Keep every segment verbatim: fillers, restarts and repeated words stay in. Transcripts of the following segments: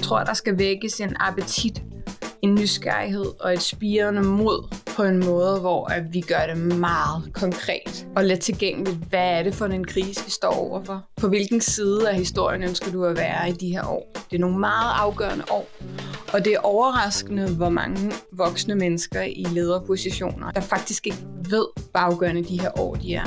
tror, der skal vækkes en appetit, en nysgerrighed og et spirende mod på en måde, hvor at vi gør det meget konkret og let tilgængeligt. Hvad er det for en krise, vi står overfor? På hvilken side af historien ønsker du at være i de her år? Det er nogle meget afgørende år, og det er overraskende, hvor mange voksne mennesker i lederpositioner, der faktisk ikke ved, hvor afgørende de her år de er.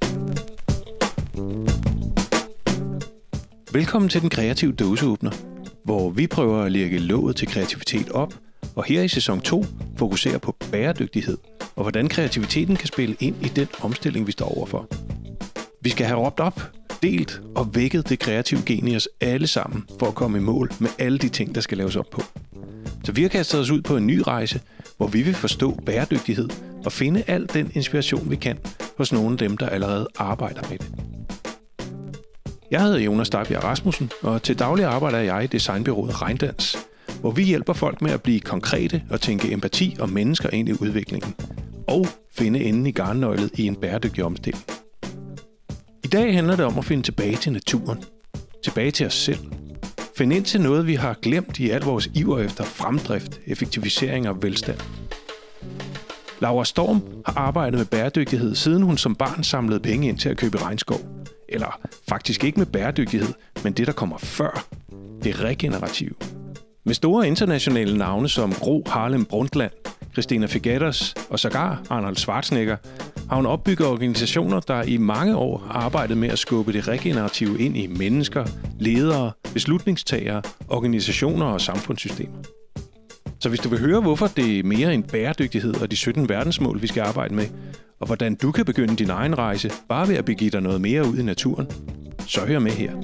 Velkommen til Den Kreative Dåseåbner, hvor vi prøver at lægge låget til kreativitet op, og her i sæson to fokuserer på bæredygtighed, og hvordan kreativiteten kan spille ind i den omstilling, vi står overfor. Vi skal have råbt op, delt og vækket det kreative gen i os alle sammen, for at komme i mål med alle de ting, der skal laves op på. Så vi har kastet os ud på en ny rejse, hvor vi vil forstå bæredygtighed og finde al den inspiration, vi kan hos nogle af dem, der allerede arbejder med det. Jeg hedder Jonas Starbjerg Rasmussen, og til daglig arbejder jeg i designbureauet Regndans, hvor vi hjælper folk med at blive konkrete og tænke empati og mennesker ind i udviklingen, og finde enden i garnnøglet i en bæredygtig omstilling. I dag handler det om at finde tilbage til naturen, tilbage til os selv, finde ind til noget, vi har glemt i al vores iver efter fremdrift, effektivisering og velstand. Laura Storm har arbejdet med bæredygtighed, siden hun som barn samlede penge ind til at købe regnskov. Eller faktisk ikke med bæredygtighed, men det, der kommer før. Det regenerative. Med store internationale navne som Gro Harlem Brundtland, Christina Figueres og sågar Arnold Schwarzenegger, har hun opbygget organisationer, der i mange år har arbejdet med at skubbe det regenerative ind i mennesker, ledere, beslutningstagere, organisationer og samfundssystemer. Så hvis du vil høre, hvorfor det er mere end bæredygtighed og de sytten verdensmål, vi skal arbejde med, og hvordan du kan begynde din egen rejse bare ved at begive dig noget mere ud i naturen, så hør med her.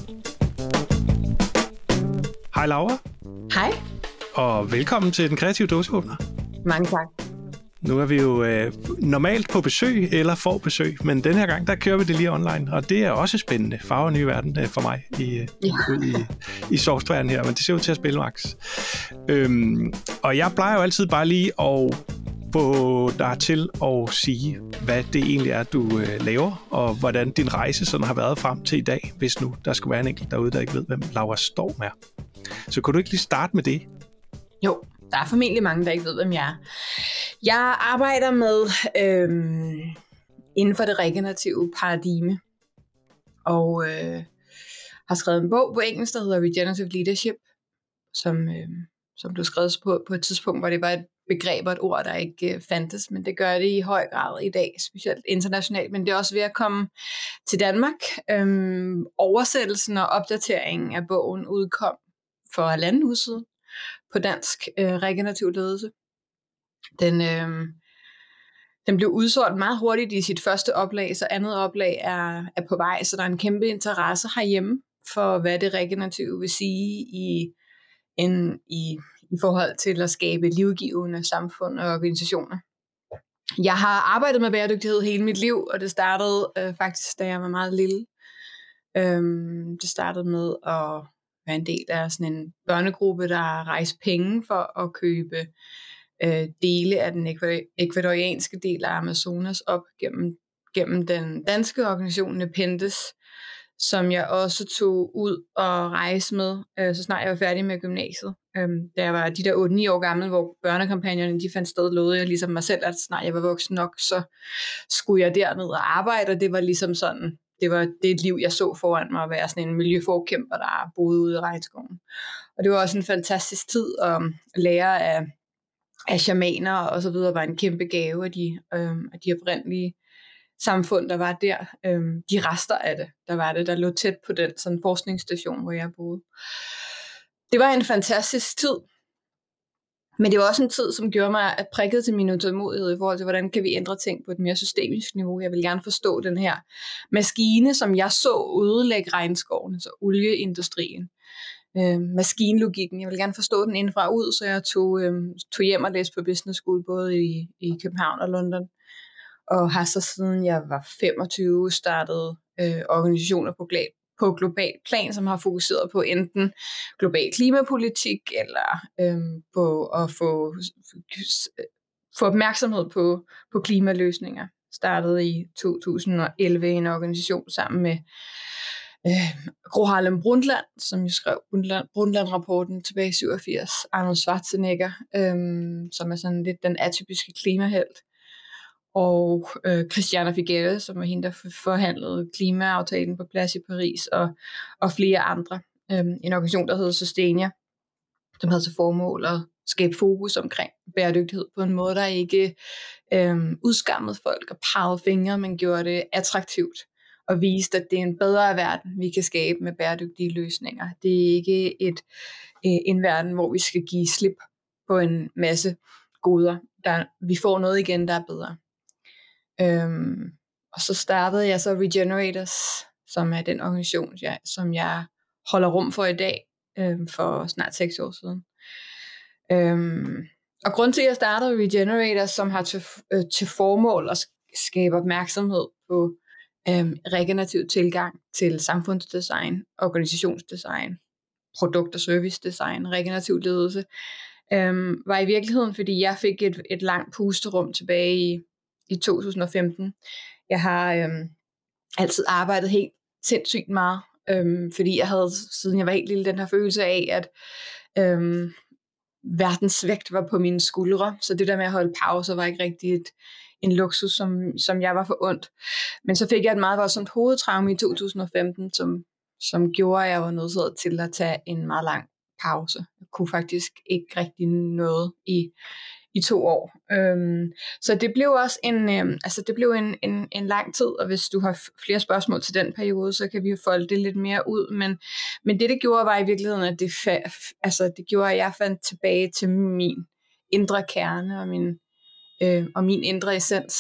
Hej Laura. Hej. Og velkommen til Den Kreative Dåseåbner. Mange tak. Nu er vi jo øh, normalt på besøg eller får besøg, men den her gang, der kører vi det lige online, og det er også spændende. Farver ny verden øh, for mig i, ja. ud i, i softwaren her, men det ser ud til at spille max. Øhm, og jeg plejer jo altid bare lige at få dig til at sige, hvad det egentlig er, du øh, laver, og hvordan din rejse sådan har været frem til i dag, hvis nu der skulle være en enkelt derude, der ikke ved, hvem Laura Storm er. Så kunne du ikke lige starte med det? Jo, der er formentlig mange, der ikke ved, hvem jeg er. Jeg arbejder med øhm, inden for det regenerative paradigme, og øh, har skrevet en bog på engelsk, der hedder Regenerative Leadership, som, øh, som blev skrevet på, på et tidspunkt, hvor det var et begreb og et ord, der ikke øh, fandtes, men det gør det i høj grad i dag, specielt internationalt, men det er også ved at komme til Danmark. Øhm, oversættelsen og opdateringen af bogen udkom for halvanden uge siden på dansk, øh, regenerativ ledelse. Den, øh, den blev udsolgt meget hurtigt i sit første oplag, så andet oplag er, er på vej, så der er en kæmpe interesse herhjemme for, hvad det regenerative vil sige i, en, i, i forhold til at skabe livgivende samfund og organisationer. Jeg har arbejdet med bæredygtighed hele mit liv, og det startede øh, faktisk, da jeg var meget lille. Øhm, det startede med at være en del af sådan en børnegruppe, der rejste penge for at købe øh, dele af den ekvadorianske del af Amazonas op gennem, gennem den danske organisation Nepenthes, som jeg også tog ud og rejse med, øh, så snart jeg var færdig med gymnasiet. Øhm, da jeg var de der otte ni år gammel, hvor børnekampagnerne de fandt sted, lovede jeg ligesom mig selv, at snart jeg var voksen nok, så skulle jeg derned og arbejde, og det var ligesom sådan, det var det et liv, jeg så foran mig, at være sådan en miljøforkæmper, der boede ude i regnskoven. Og det var også en fantastisk tid at lære af, af shamaner og så videre, var en kæmpe gave af de, øhm, af de oprindelige samfund, der var der. Øhm, de rester af det, der var det, der lå tæt på den sådan forskningsstation, hvor jeg boede. Det var en fantastisk tid, men det var også en tid, som gjorde mig at prikke til min utålmodighed i forhold til, hvordan kan vi ændre ting på et mere systemisk niveau. Jeg vil gerne forstå den her maskine, som jeg så ødelægge regnskoven, altså olieindustrien. Øh, maskinlogikken. Jeg vil gerne forstå den indfra og ud, så jeg tog, øh, tog hjem og læste på business school, både i, i København og London. Og har så siden jeg var femogtyve startet øh, organisationer på, gla- på global plan, som har fokuseret på enten global klimapolitik, eller øh, på at få, få opmærksomhed på, på klimaløsninger. Startede i to tusind og elleve en organisation sammen med øh, Gro Harlem Brundtland, som jo skrev Brundtland, Brundtland-rapporten tilbage i syvogfirs, Arnold Schwarzenegger, øh, som er sådan lidt den atypiske klimahelt, og øh, Christiana Figueres, som var hende, der forhandlede klimaaftalen på plads i Paris, og, og flere andre. Øh, en organisation, der hedder Sustainia, som havde til formål at skabe fokus omkring bæredygtighed på en måde, der ikke øh, udskammede folk og pegede fingre, men gjorde det attraktivt og viste, at det er en bedre verden, vi kan skabe med bæredygtige løsninger. Det er ikke et, øh, en verden, hvor vi skal give slip på en masse goder. Der, vi får noget igen, der er bedre. Øhm, og så startede jeg så Regenerators, som er den organisation, jeg, som jeg holder rum for i dag, øhm, for snart seks år siden. Øhm, og grund til, at jeg startede Regenerators, som har til, øh, til formål at skabe opmærksomhed på øhm, regenerativ tilgang til samfundsdesign, organisationsdesign, produkt- og servicedesign, regenerativ ledelse, øhm, var i virkeligheden, fordi jeg fik et, et langt pusterum tilbage i, i to tusind og femten. Jeg har øhm, altid arbejdet helt sindssygt meget, øhm, fordi jeg havde, siden jeg var helt lille, den her følelse af, at øhm, verdens vægt var på mine skuldre, så det der med at holde pause var ikke rigtig et, en luksus, som, som jeg var for ondt. Men så fik jeg et meget voldsomt hovedtraume i to tusind og femten, som, som gjorde, at jeg var nødt til at tage en meget lang pause. Jeg kunne faktisk ikke rigtig noget i, i to år. Øhm, så det blev også en, øhm, altså det blev en, en, en lang tid, og hvis du har flere spørgsmål til den periode, så kan vi jo folde det lidt mere ud. Men, men det, det gjorde, var i virkeligheden, at det, fa- altså, det gjorde, at jeg fandt tilbage til min indre kerne og min, øh, og min indre essens.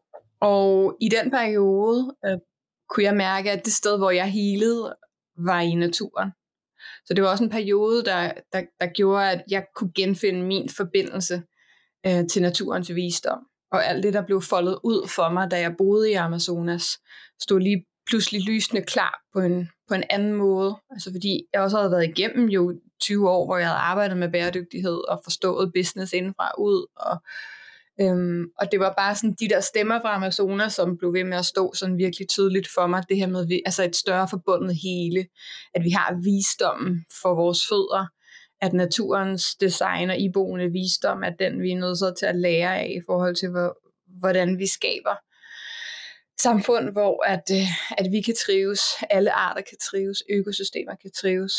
Og i den periode øh, kunne jeg mærke, at det sted, hvor jeg healede, var i naturen. Så det var også en periode, der, der, der gjorde, at jeg kunne genfinde min forbindelse øh, til naturens visdom. Og alt det, der blev foldet ud for mig, da jeg boede i Amazonas, stod lige pludselig lysende klar på en, på en anden måde. Altså fordi jeg også havde været igennem jo tyve år, hvor jeg havde arbejdet med bæredygtighed og forstået business indenfra og ud. Og, øhm, og det var bare sådan de der stemmer fra Amazonas, som blev ved med at stå sådan virkelig tydeligt for mig. Det her med altså et større forbundet hele. At vi har visdommen for vores fødder. At naturens design og iboende visdom er den, vi er nødt til at lære af i forhold til, hvor, hvordan vi skaber samfund, hvor at, at vi kan trives, alle arter kan trives, økosystemer kan trives.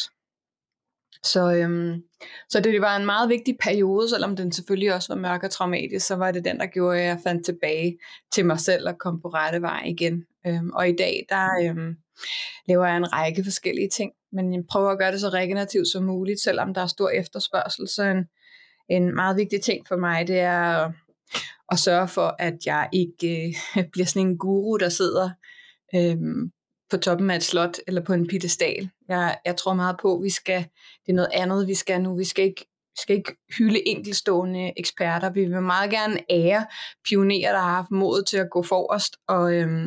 Så, øhm, så det, det var en meget vigtig periode, selvom den selvfølgelig også var mørk og traumatisk, så var det den, der gjorde, at jeg fandt tilbage til mig selv og kom på rette vej igen. Øhm, og i dag, der øhm, laver jeg en række forskellige ting, men jeg prøver at gøre det så regenerativt som muligt, selvom der er stor efterspørgsel. Så en, en meget vigtig ting for mig, det er at, at sørge for, at jeg ikke øh, bliver sådan en guru, der sidder øh, på toppen af et slot eller på en piedestal. Jeg, jeg tror meget på, at vi skal, det er noget andet, vi skal nu. Vi skal ikke, vi skal ikke hylde enkeltstående eksperter. Vi vil meget gerne ære pionerer, der har haft mod til at gå forrest, og, øh,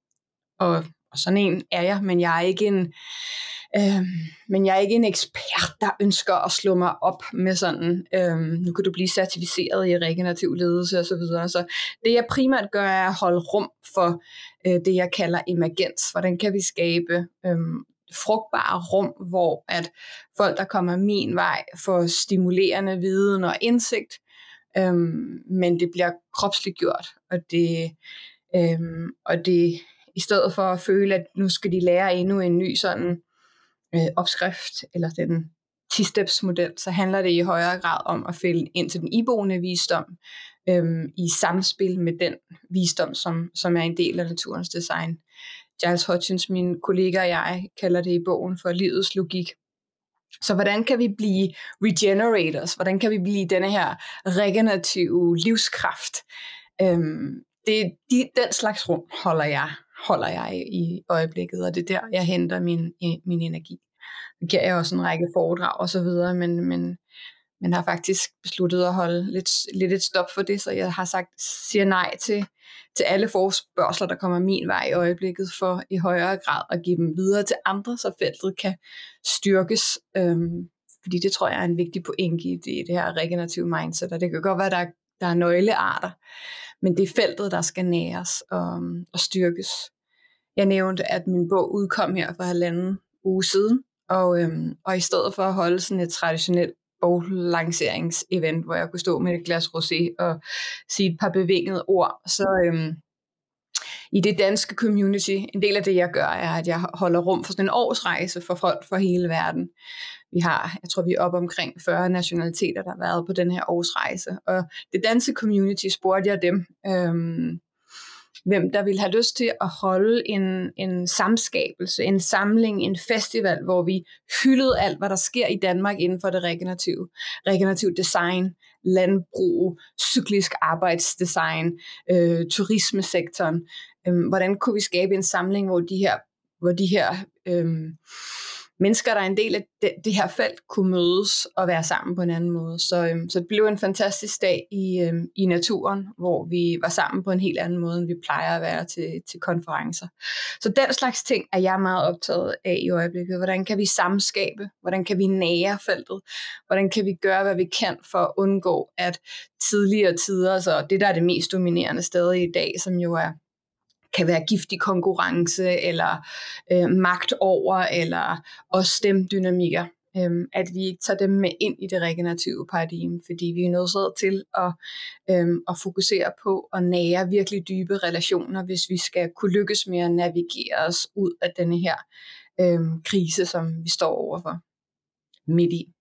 og Og sådan en er jeg, men jeg er ikke en, øh, men jeg er ikke en ekspert, der ønsker at slå mig op med sådan, øh, nu kan du blive certificeret i regenerativ ledelse og så videre. Så det jeg primært gør, er at holde rum for øh, det, jeg kalder emergens. Hvordan kan vi skabe øh, frugtbare rum, hvor at folk, der kommer min vej, får stimulerende viden og indsigt, øh, men det bliver kropsliggjort, og det, øh, og det i stedet for at føle, at nu skal de lære endnu en ny sådan øh, opskrift, eller den ti-steps model, så handler det i højere grad om at fælde ind til den iboende visdom, øh, i samspil med den visdom, som, som er en del af naturens design. Giles Hutchins, min kollega og jeg, kalder det i bogen for livets logik. Så hvordan kan vi blive regenerators? Hvordan kan vi blive denne her regenerative livskraft? Øh, det, de, den slags rum holder jeg holder jeg i øjeblikket, og det er der, jeg henter min, min energi. Det giver jeg også en række foredrag og så videre, men, men, men har faktisk besluttet at holde lidt, lidt et stop for det, så jeg har sagt, siger nej til, til alle forespørgsler, der kommer min vej i øjeblikket, for i højere grad at give dem videre til andre, så feltet kan styrkes, øhm, fordi det tror jeg er en vigtig pointe i det, det her regenerative mindset, og det kan godt være, at der, der er nøglearter, men det er feltet, der skal næres og, og styrkes. Jeg nævnte, at min bog udkom her for halvanden uge siden, og, øhm, og i stedet for at holde sådan et traditionelt boglanceringsevent, hvor jeg kunne stå med et glas rosé og sige et par bevingede ord, så øhm, i det danske community, en del af det jeg gør, er, at jeg holder rum for sådan en årsrejse for folk fra hele verden. Vi har, jeg tror vi er oppe omkring fyrre nationaliteter, der har været på den her årsrejse, og det danske community spurgte jeg dem, øhm, hvem der ville have lyst til at holde en, en samskabelse, en samling, en festival, hvor vi hyldede alt, hvad der sker i Danmark inden for det regenerative. Regenerativ design, landbrug, cyklisk arbejdsdesign, øh, turismesektoren. Øh, hvordan kunne vi skabe en samling, hvor de her, hvor de her øh, mennesker, der er en del af det, det her felt, kunne mødes og være sammen på en anden måde. Så, øhm, så det blev en fantastisk dag i, øhm, i naturen, hvor vi var sammen på en helt anden måde, end vi plejer at være til, til konferencer. Så den slags ting er jeg meget optaget af i øjeblikket. Hvordan kan vi samskabe? Hvordan kan vi nære feltet? Hvordan kan vi gøre, hvad vi kan for at undgå, at tidligere tider, så det der er det mest dominerende stadig i dag, som jo er kan være giftig konkurrence, eller øh, magt over, eller også stemdynamikker, øh, at vi ikke tager dem med ind i det regenerative paradigme, fordi vi er nødt til at, øh, at fokusere på at nære virkelig dybe relationer, hvis vi skal kunne lykkes med at navigere os ud af denne her øh, krise, som vi står overfor midt i.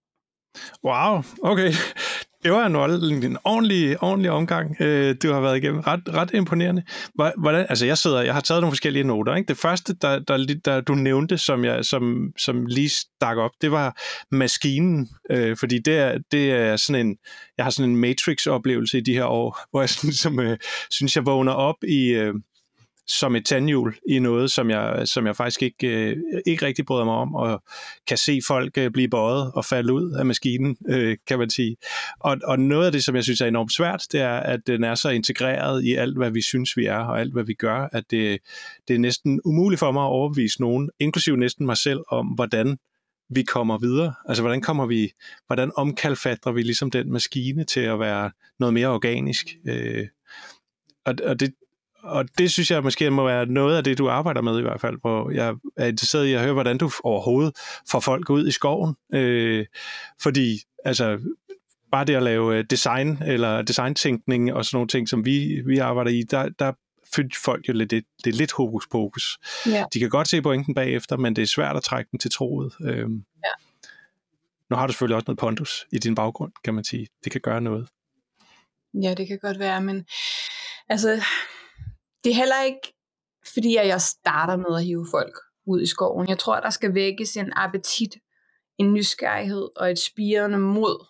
Wow, okay. Det var en, en ordentlig, ordentlig omgang, øh, du har været igennem. Ret, ret imponerende. Hvordan, altså jeg sidder, jeg har taget nogle forskellige noter. Ikke? Det første, der, der, der du nævnte, som, jeg, som, som lige stak op, det var maskinen. Øh, fordi det er, det er sådan en, jeg har sådan en Matrix-oplevelse i de her år, hvor jeg sådan, som, øh, synes, jeg vågner op i... Øh, som et tandhjul i noget, som jeg, som jeg faktisk ikke, øh, ikke rigtig bryder mig om, og kan se folk øh, blive bøjet og falde ud af maskinen, øh, kan man sige. Og, og noget af det, som jeg synes er enormt svært, det er, at den er så integreret i alt, hvad vi synes, vi er, og alt, hvad vi gør, at det, det er næsten umuligt for mig at overbevise nogen, inklusive næsten mig selv, om hvordan vi kommer videre. Altså, hvordan kommer vi, hvordan omkalfatrer vi ligesom den maskine til at være noget mere organisk? Øh, og, og det Og det synes jeg måske må være noget af det, du arbejder med i hvert fald, hvor jeg er interesseret i at høre, hvordan du overhovedet får folk ud i skoven. Øh, fordi altså, bare det at lave design eller designtænkning og sådan nogle ting, som vi, vi arbejder i, der, der følger folk jo lidt, det, det er lidt hokus pokus. Ja. De kan godt se pointen bagefter, men det er svært at trække dem til troet. Øh, ja. Nu har du selvfølgelig også noget pondus i din baggrund, kan man sige. Det kan gøre noget. Ja, det kan godt være, men altså... Det er heller ikke, fordi jeg starter med at hive folk ud i skoven. Jeg tror, der skal vækkes en appetit, en nysgerrighed og et spirende mod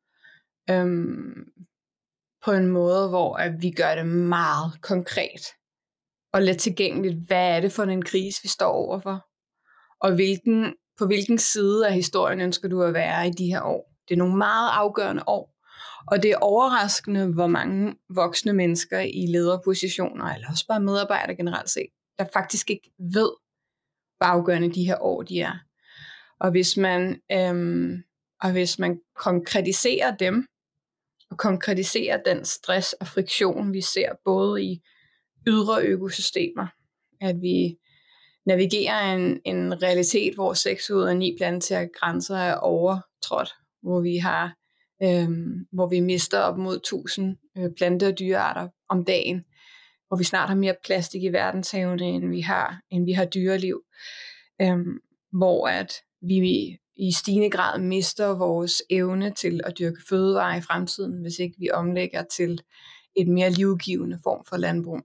øhm, på en måde, hvor at vi gør det meget konkret og let tilgængeligt. Hvad er det for en krise, vi står overfor? Og hvilken, på hvilken side af historien ønsker du at være i de her år? Det er nogle meget afgørende år. Og det er overraskende, hvor mange voksne mennesker i lederpositioner, eller også bare medarbejdere generelt set, der faktisk ikke ved, hvor afgørende de her år de er. Og hvis man, øhm, og hvis man konkretiserer dem, og konkretiserer den stress og friktion, vi ser både i ydre økosystemer, at vi navigerer en, en realitet, hvor seks ud af ni planetære grænser er overtrådt, hvor vi har Øhm, hvor vi mister op mod tusind øh, plante- og dyrearter om dagen, hvor vi snart har mere plastik i verdenshavene, end vi har, end vi har dyreliv, øhm, hvor at vi i stigende grad mister vores evne til at dyrke fødevarer i fremtiden, hvis ikke vi omlægger til et mere livgivende form for landbrug.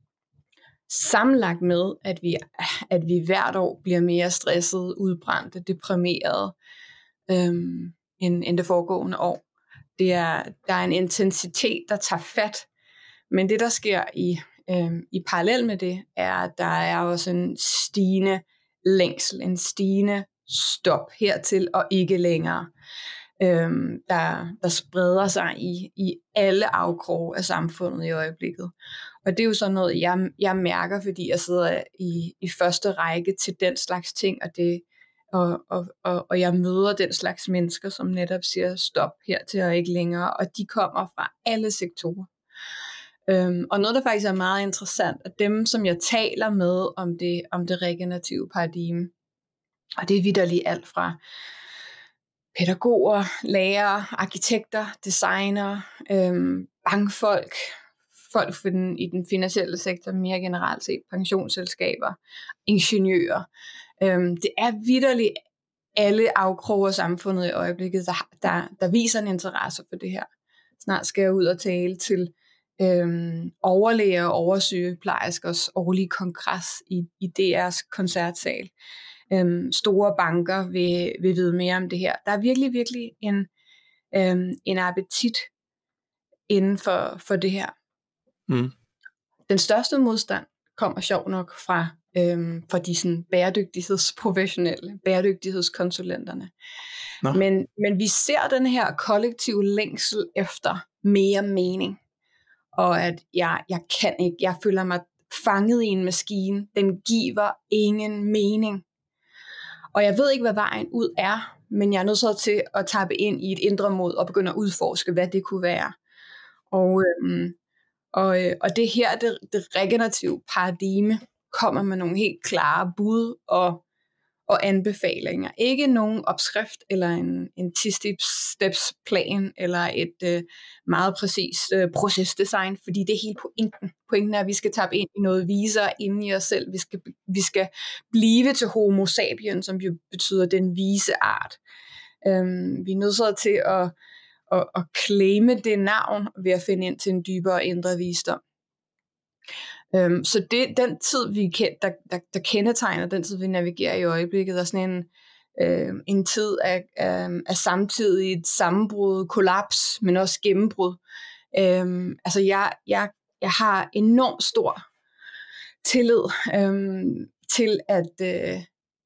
Sammenlagt med, at vi, at vi hvert år bliver mere stresset, udbrændte, deprimeret, øhm, end, end det foregående år. Det er, der er en intensitet, der tager fat, men det, der sker i, øh, i parallel med det, er, at der er også en stigende længsel, en stigende stop hertil og ikke længere, øh, der, der spreder sig i, i alle afkroge af samfundet i øjeblikket. Og det er jo sådan noget, jeg, jeg mærker, fordi jeg sidder i, i første række til den slags ting, og det Og, og, og, og jeg møder den slags mennesker, som netop siger stop hertil og ikke længere, og de kommer fra alle sektorer. Øhm, og noget, der faktisk er meget interessant, er dem, som jeg taler med om det, om det regenerative paradigme. Og det er vitterligt alt fra pædagoger, lærere, arkitekter, designer, øhm, bankfolk, folk for den, i den finansielle sektor, mere generelt set, pensionsselskaber, ingeniører. Øhm, det er vitterligt alle afkroge af samfundet i øjeblikket, der, der, der viser en interesse for det her. Snart skal jeg ud og tale til øhm, overlæger og oversygeplejerskers årlige kongres i, i D R's koncertsal. Øhm, store banker vil, vil vide mere om det her. Der er virkelig, virkelig en, øhm, en appetit inden for, for det her. Mm. Den største modstand kommer sjov nok fra, øhm, fra de sådan, bæredygtighedsprofessionelle, bæredygtighedskonsulenterne. Men, men vi ser den her kollektive længsel efter mere mening. Og at jeg, jeg kan ikke, jeg føler mig fanget i en maskine. Den giver ingen mening. Og jeg ved ikke, hvad vejen ud er, men jeg er nødt til at tappe ind i et indre mod og begynde at udforske, hvad det kunne være. Og, øhm, og, og det her, det, det regenerative paradigme, kommer med nogle helt klare bud og, og anbefalinger. Ikke nogen opskrift eller en, en ti-steps plan eller et øh, meget præcist øh, procesdesign, fordi det er helt pointen. Pointen er, at vi skal tappe ind i noget visere inde i os selv. Vi skal, vi skal blive til homo sapiens, som jo betyder den vise art. Øhm, vi er nødt til at, at, at claime det navn ved at finde ind til en dybere indre visdom. Um, så det, den tid, vi kend, der, der, der kendetegner den tid, vi navigerer i øjeblikket, er sådan en, øh, en tid af, af, af samtidigt sammenbrud, kollaps, men også gennembrud. Um, altså jeg, jeg, jeg har enormt stor tillid um, til, at, øh,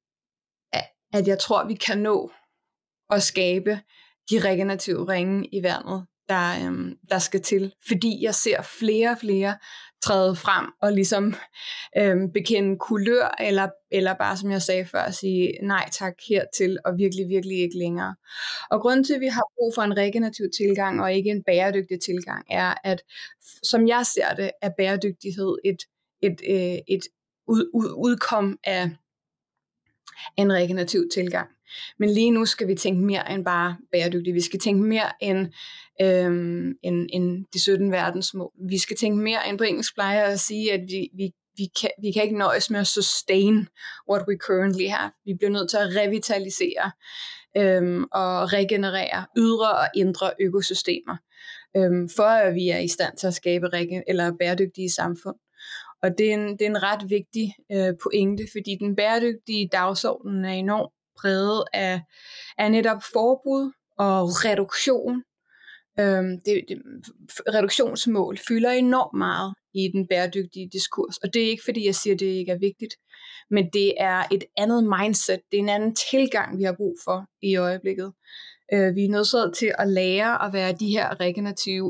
at jeg tror, vi kan nå at skabe de regenerative ringe i vandet, der, øhm, der skal til. Fordi jeg ser flere og flere træde frem og ligesom øhm, bekende kulør, eller, eller bare, som jeg sagde før, sige nej tak hertil, og virkelig, virkelig ikke længere. Og grunden til, at vi har brug for en regenerativ tilgang, og ikke en bæredygtig tilgang, er, at som jeg ser det, er bæredygtighed et, et, et, et ud, ud, udkom af en regenerativ tilgang. Men lige nu skal vi tænke mere end bare bæredygtigt. Vi skal tænke mere end, øhm, end, end de sytten verdensmål. Vi skal tænke mere end på engelsk plejer at sige, at vi, vi, vi, kan, vi kan ikke nøjes med at sustain what we currently have. Vi bliver nødt til at revitalisere øhm, og regenerere ydre og indre økosystemer, øhm, for at vi er i stand til at skabe regen- eller bæredygtige samfund. Og det er en, det er en ret vigtig øh, pointe, fordi den bæredygtige dagsorden er enormt præget af, af netop forbud og reduktion. Øhm, det, det, reduktionsmål fylder enormt meget i den bæredygtige diskurs, og det er ikke fordi jeg siger, at det ikke er vigtigt, men det er et andet mindset, det er en anden tilgang, vi har brug for i øjeblikket. Vi er nødt til at lære at være de her regenerative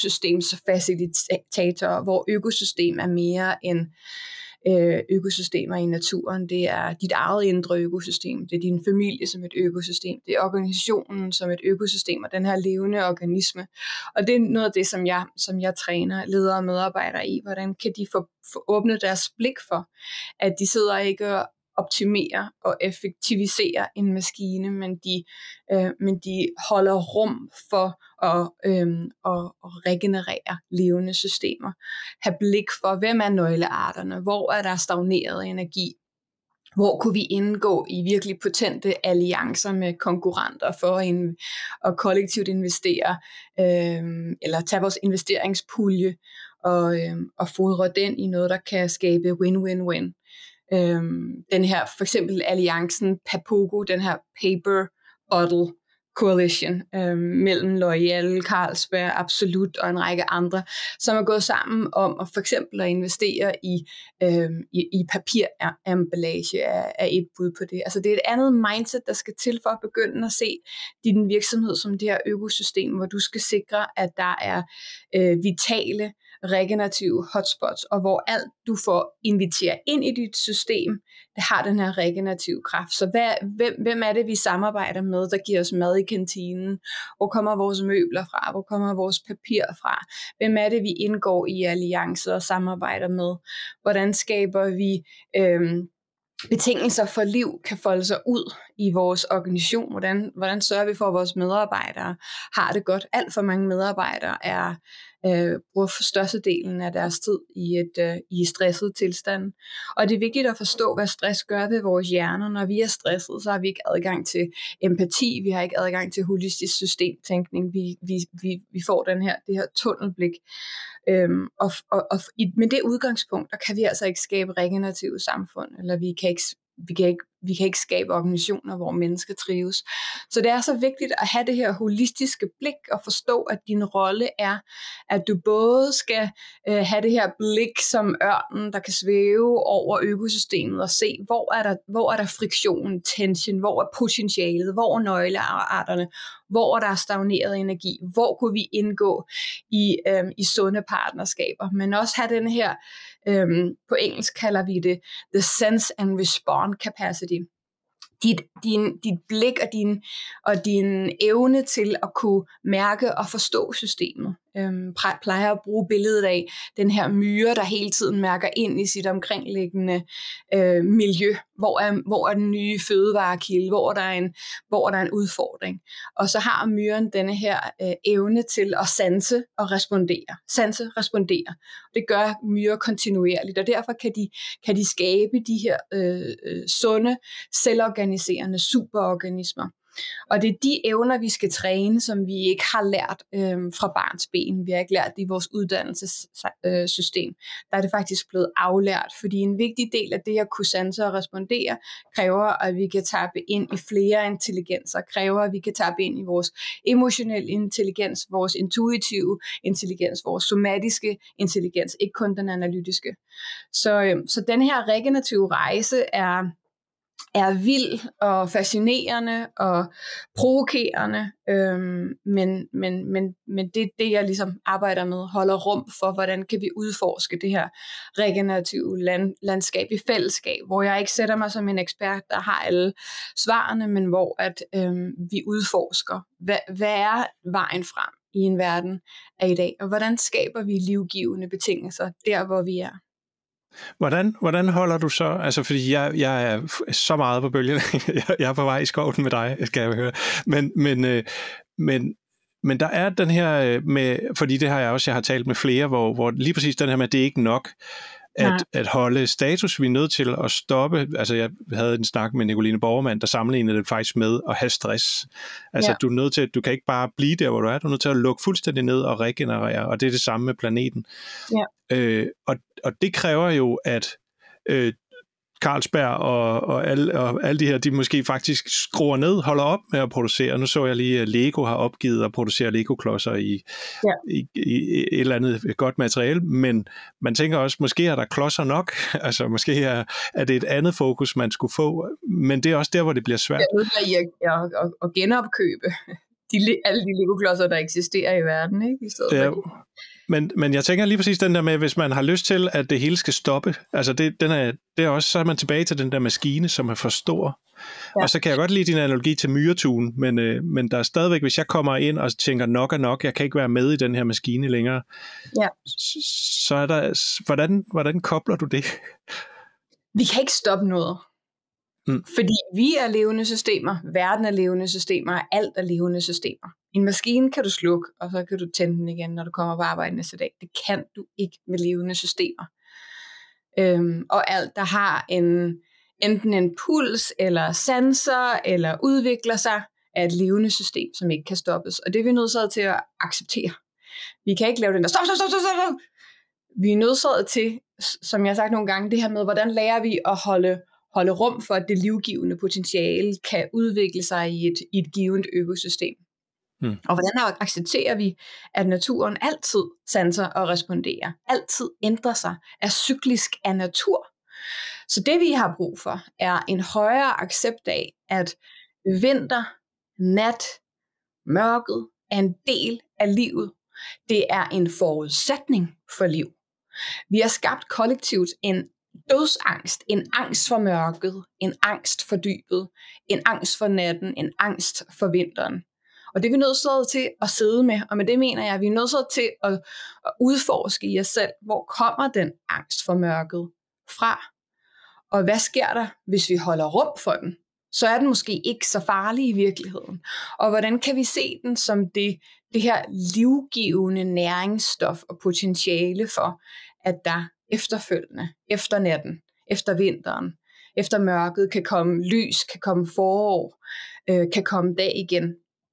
økosystemsfacilitatorer, hvor økosystem er mere end øh, økosystemer i naturen. Det er dit eget indre økosystem, det er din familie som et økosystem, det er organisationen som et økosystem og den her levende organisme. Og det er noget af det, som jeg, som jeg træner ledere og medarbejdere i. Hvordan kan de få, få åbnet deres blik for, at de sidder ikke og optimere og effektivisere en maskine, men de, øh, men de holder rum for at, øh, at, at regenerere levende systemer. Have blik for, hvem er nøglearterne, hvor er der stagneret energi, hvor kunne vi indgå i virkelig potente alliancer med konkurrenter for at, in, at kollektivt investere, øh, eller tage vores investeringspulje og, øh, og fodre den i noget, der kan skabe win-win-win. Øhm, den her, for eksempel alliancen Papogo, den her Paper Bottle Coalition øhm, mellem L'Oréal, Carlsberg, Absolut og en række andre, som er gået sammen om at for eksempel at investere i, øhm, i, i papiremballage er, er et bud på det. Altså det er et andet mindset, der skal til for at begynde at se din virksomhed som det her økosystem, hvor du skal sikre, at der er øh, vitale regenerative hotspots, og hvor alt du får inviteret ind i dit system, det har den her regenerative kraft. Så hvad, hvem, hvem er det, vi samarbejder med, der giver os mad i kantinen? Hvor kommer vores møbler fra? Hvor kommer vores papir fra? Hvem er det, vi indgår i alliancer og samarbejder med? Hvordan skaber vi øhm, betingelser for liv kan folde sig ud i vores organisation? Hvordan, hvordan sørger vi for, at vores medarbejdere har det godt? Alt for mange medarbejdere er øh, bruger for størstedelen af deres tid i et øh, i stresset tilstand. Og det er vigtigt at forstå, hvad stress gør ved vores hjerner. Når vi er stresset, så har vi ikke adgang til empati, vi har ikke adgang til holistisk systemtænkning. Vi, vi, vi, vi får den her, det her tunnelblik. Øhm, og, og, og i, med det udgangspunkt, der kan vi altså ikke skabe regenerative samfund, eller vi kan ikke, vi kan ikke, vi kan ikke skabe organisationer, hvor mennesker trives. Så det er så vigtigt at have det her holistiske blik og forstå, at din rolle er, at du både skal øh, have det her blik som ørnen, der kan svæve over økosystemet og se, hvor er der, hvor er der friktion, tension, hvor er potentialet, hvor er nøglearterne, hvor er der stagneret energi, hvor kunne vi indgå i, øh, i sunde partnerskaber, men også have den her, øh, på engelsk kalder vi det, the sense and respond capacity. Dit, din, dit blik og din, og din evne til at kunne mærke og forstå systemet. Øhm, plejer at bruge billedet af den her myre, der hele tiden mærker ind i sit omkringliggende øh, miljø. Hvor er, hvor er den nye fødevarekilde? Hvor er der en, hvor er der en udfordring? Og så har myren denne her øh, evne til at sanse og respondere. Sanse, respondere. Det gør myrer kontinuerligt, og derfor kan de, kan de skabe de her øh, øh, sunde, selvorganiserende superorganismer. Og det er de evner, vi skal træne, som vi ikke har lært øh, fra barns ben. Vi har ikke lært det i vores uddannelsessystem. Der er det faktisk blevet aflært, fordi en vigtig del af det at kunne sanse og respondere, kræver, at vi kan tappe ind i flere intelligenser, kræver, at vi kan tappe ind i vores emotionelle intelligens, vores intuitive intelligens, vores somatiske intelligens, ikke kun den analytiske. Så, øh, så den her regenerative rejse er... er vild og fascinerende og provokerende, øhm, men, men, men, men det er det, jeg ligesom arbejder med, holder rum for, hvordan kan vi udforske det her regenerative land, landskab i fællesskab, hvor jeg ikke sætter mig som en ekspert, der har alle svarene, men hvor at øhm, vi udforsker, hvad, hvad er vejen frem i en verden af i dag, og hvordan skaber vi livgivende betingelser der, hvor vi er. Hvordan, hvordan holder du så, altså fordi jeg, jeg er så meget på bølgen, jeg er på vej i skoven med dig, skal jeg høre, men, men, men, men der er den her med, fordi det har jeg også, jeg har talt med flere, hvor, hvor lige præcis den her med, at det er ikke nok, at, at holde status, vi er nødt til at stoppe, altså jeg havde en snak med Nicoline Borgermann, der sammenlignede det faktisk med at have stress, altså ja. Du er nødt til, du kan ikke bare blive der, hvor du er, du er nødt til at lukke fuldstændig ned og regenerere, og det er det samme med planeten. Ja. Øh, og, og det kræver jo, at øh, Carlsberg og, og, alle, og alle de her, de måske faktisk skruer ned, holder op med at producere. Nu så jeg lige, at Lego har opgivet at producere Lego-klodser i, ja. i, i et eller andet godt materiale, men man tænker også, måske er der klodser nok, altså måske er, er det et andet fokus, man skulle få, men det er også der, hvor det bliver svært. Jeg er nødt til at, at, at, at genopkøbe de, alle de Lego-klodser, der eksisterer i verden, ikke? I stedet ja. for Men, men jeg tænker lige præcis den der med, hvis man har lyst til, at det hele skal stoppe, altså det, den er, det er også, så er man tilbage til den der maskine, som er for stor. Ja. Og så kan jeg godt lide din analogi til myretuen, men, øh, men der er stadigvæk, hvis jeg kommer ind og tænker nok er nok, jeg kan ikke være med i den her maskine længere, ja. så, så er der, hvordan, hvordan kobler du det? Vi kan ikke stoppe noget. Mm. Fordi vi er levende systemer, verden er levende systemer, alt er levende systemer. En maskine kan du slukke, og så kan du tænde den igen, når du kommer på arbejde næste dag. Det kan du ikke med levende systemer. Øhm, og alt, der har en, enten en puls, eller sensor, eller udvikler sig, er et levende system, som ikke kan stoppes. Og det er vi nødt til at acceptere. Vi kan ikke lave den der, stop, stop, stop, stop, stop. Vi er nødt til, som jeg har sagt nogle gange, det her med, hvordan lærer vi at holde holde rum for, at det livgivende potentiale kan udvikle sig i et, i et givet økosystem. Hmm. Og hvordan accepterer vi, at naturen altid sanser og responderer, altid ændrer sig, er cyklisk af natur. Så det vi har brug for, er en højere accept af, at vinter, nat, mørket er en del af livet, Det er en forudsætning for liv. Vi har skabt kollektivt en dødsangst, en angst for mørket, en angst for dybet, en angst for natten, en angst for vinteren. Og det er vi nødt til at sidde med, og med det mener jeg, at vi er nødt til at, at udforske i os selv, hvor kommer den angst for mørket fra? Og hvad sker der, hvis vi holder rum for den? Så er den måske ikke så farlig i virkeligheden. Og hvordan kan vi se den som det, det her livgivende næringsstof og potentiale for, at der efterfølgende, efter natten, efter vinteren, efter mørket kan komme lys, kan komme forår, øh, kan komme dag igen.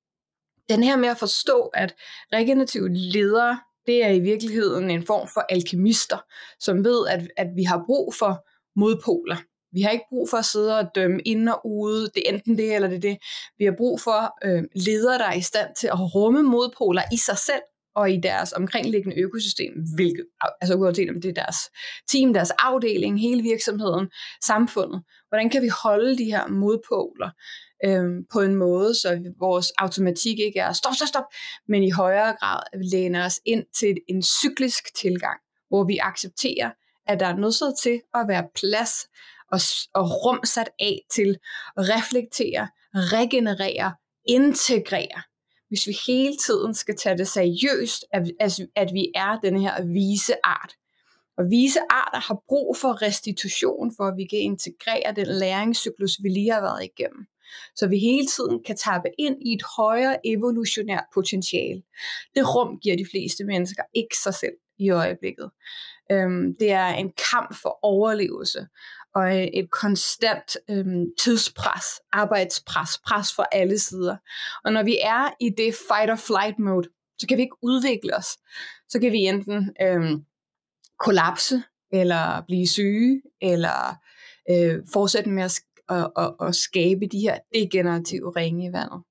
Den her med at forstå, at regenerative ledere, det er i virkeligheden en form for alkemister, som ved, at, at vi har brug for modpoler. Vi har ikke brug for at sidde og dømme ind og ude, det er enten det eller det er det. Vi har brug for øh, ledere, der er i stand til at rumme modpoler i sig selv og i deres omkringliggende økosystem, hvilket, altså uanset om det er deres team, deres afdeling, hele virksomheden, samfundet. Hvordan kan vi holde de her modpoler øh, på en måde, så vores automatik ikke er stop, stop, stop, men i højere grad læner os ind til en cyklisk tilgang, hvor vi accepterer, at der er nødt til at være plads og, og rum sat af til at reflektere, regenerere, integrere. Hvis vi hele tiden skal tage det seriøst, at, at vi er den her vise art. Og vise arter har brug for restitution, for at vi kan integrere den læringscyklus, vi lige har været igennem. Så vi hele tiden kan tappe ind i et højere evolutionært potentiale. Det rum giver de fleste mennesker ikke sig selv i øjeblikket. Øhm, det er en kamp for overlevelse og et konstant øhm, tidspres, arbejdspres, pres fra alle sider. Og når vi er i det fight or flight mode, så kan vi ikke udvikle os. Så kan vi enten øhm, kollapse, eller blive syge, eller øh, fortsætte med at, at, at, at skabe de her degenerative ringe i vandet.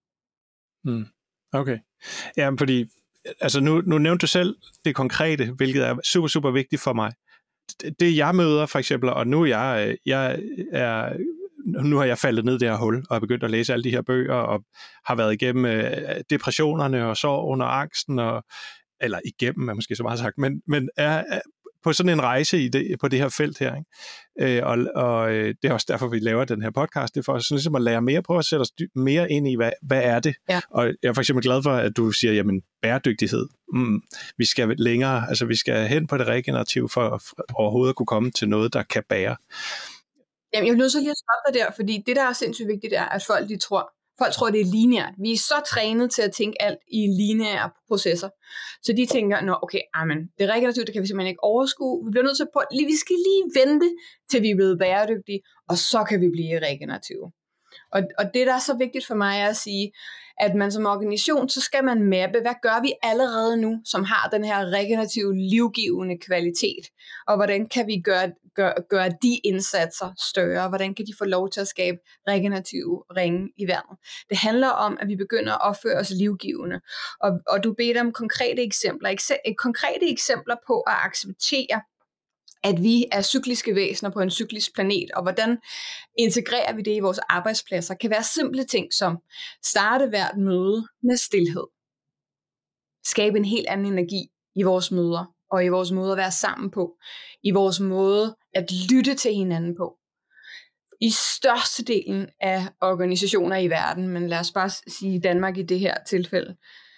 Mm. Okay. Ja, fordi altså nu, nu nævnte du selv det konkrete, hvilket er super, super vigtigt for mig. Det jeg møder for eksempel, og nu, jeg, jeg er, nu har jeg faldet ned i det her hul, og er begyndt at læse alle de her bøger, og har været igennem øh, depressionerne, og sorgen, og angsten, og, eller igennem, er måske så meget sagt, men, men er, er på sådan en rejse i det, på det her felt her. Ikke? Øh, og, og det er også derfor, vi laver den her podcast, det er for sådan ligesom at lære mere på at sætte os mere ind i, hvad, hvad er det? Ja. Og jeg er for eksempel glad for, at du siger, jamen, bæredygtighed. Mm, vi skal længere, altså vi skal hen på det regenerative, for, for overhovedet at kunne komme til noget, der kan bære. Jamen, jeg vil nødt til lige at stoppe dig der, fordi det, der er sindssygt vigtigt, er, at folk, de tror, folk tror, det er lineært. Vi er så trænet til at tænke alt i lineære processer. Så de tænker, nå okay, amen, det regenerative, det kan vi simpelthen ikke overskue. Vi bliver nødt til at, vi skal lige vente, til vi er blevet bæredygtige, og så kan vi blive regenerative. Og, og det, der er så vigtigt for mig, er at sige, at man som organisation, så skal man mappe, hvad gør vi allerede nu, som har den her regenerative, livgivende kvalitet, og hvordan kan vi gøre, gøre, gøre de indsatser større, hvordan kan de få lov til at skabe regenerative ringe i vandet. Det handler om, at vi begynder at opføre os livgivende, og, og du beder om konkrete eksempler, Ekse- konkrete eksempler på at acceptere, at vi er cykliske væsener på en cyklisk planet, og hvordan integrerer vi det i vores arbejdspladser, kan være simple ting som starte hvert møde med stilhed. Skabe en helt anden energi i vores møder, og i vores måde at være sammen på, i vores måde at lytte til hinanden på. I størstedelen af organisationer i verden, men lad os bare sige Danmark i det her tilfælde,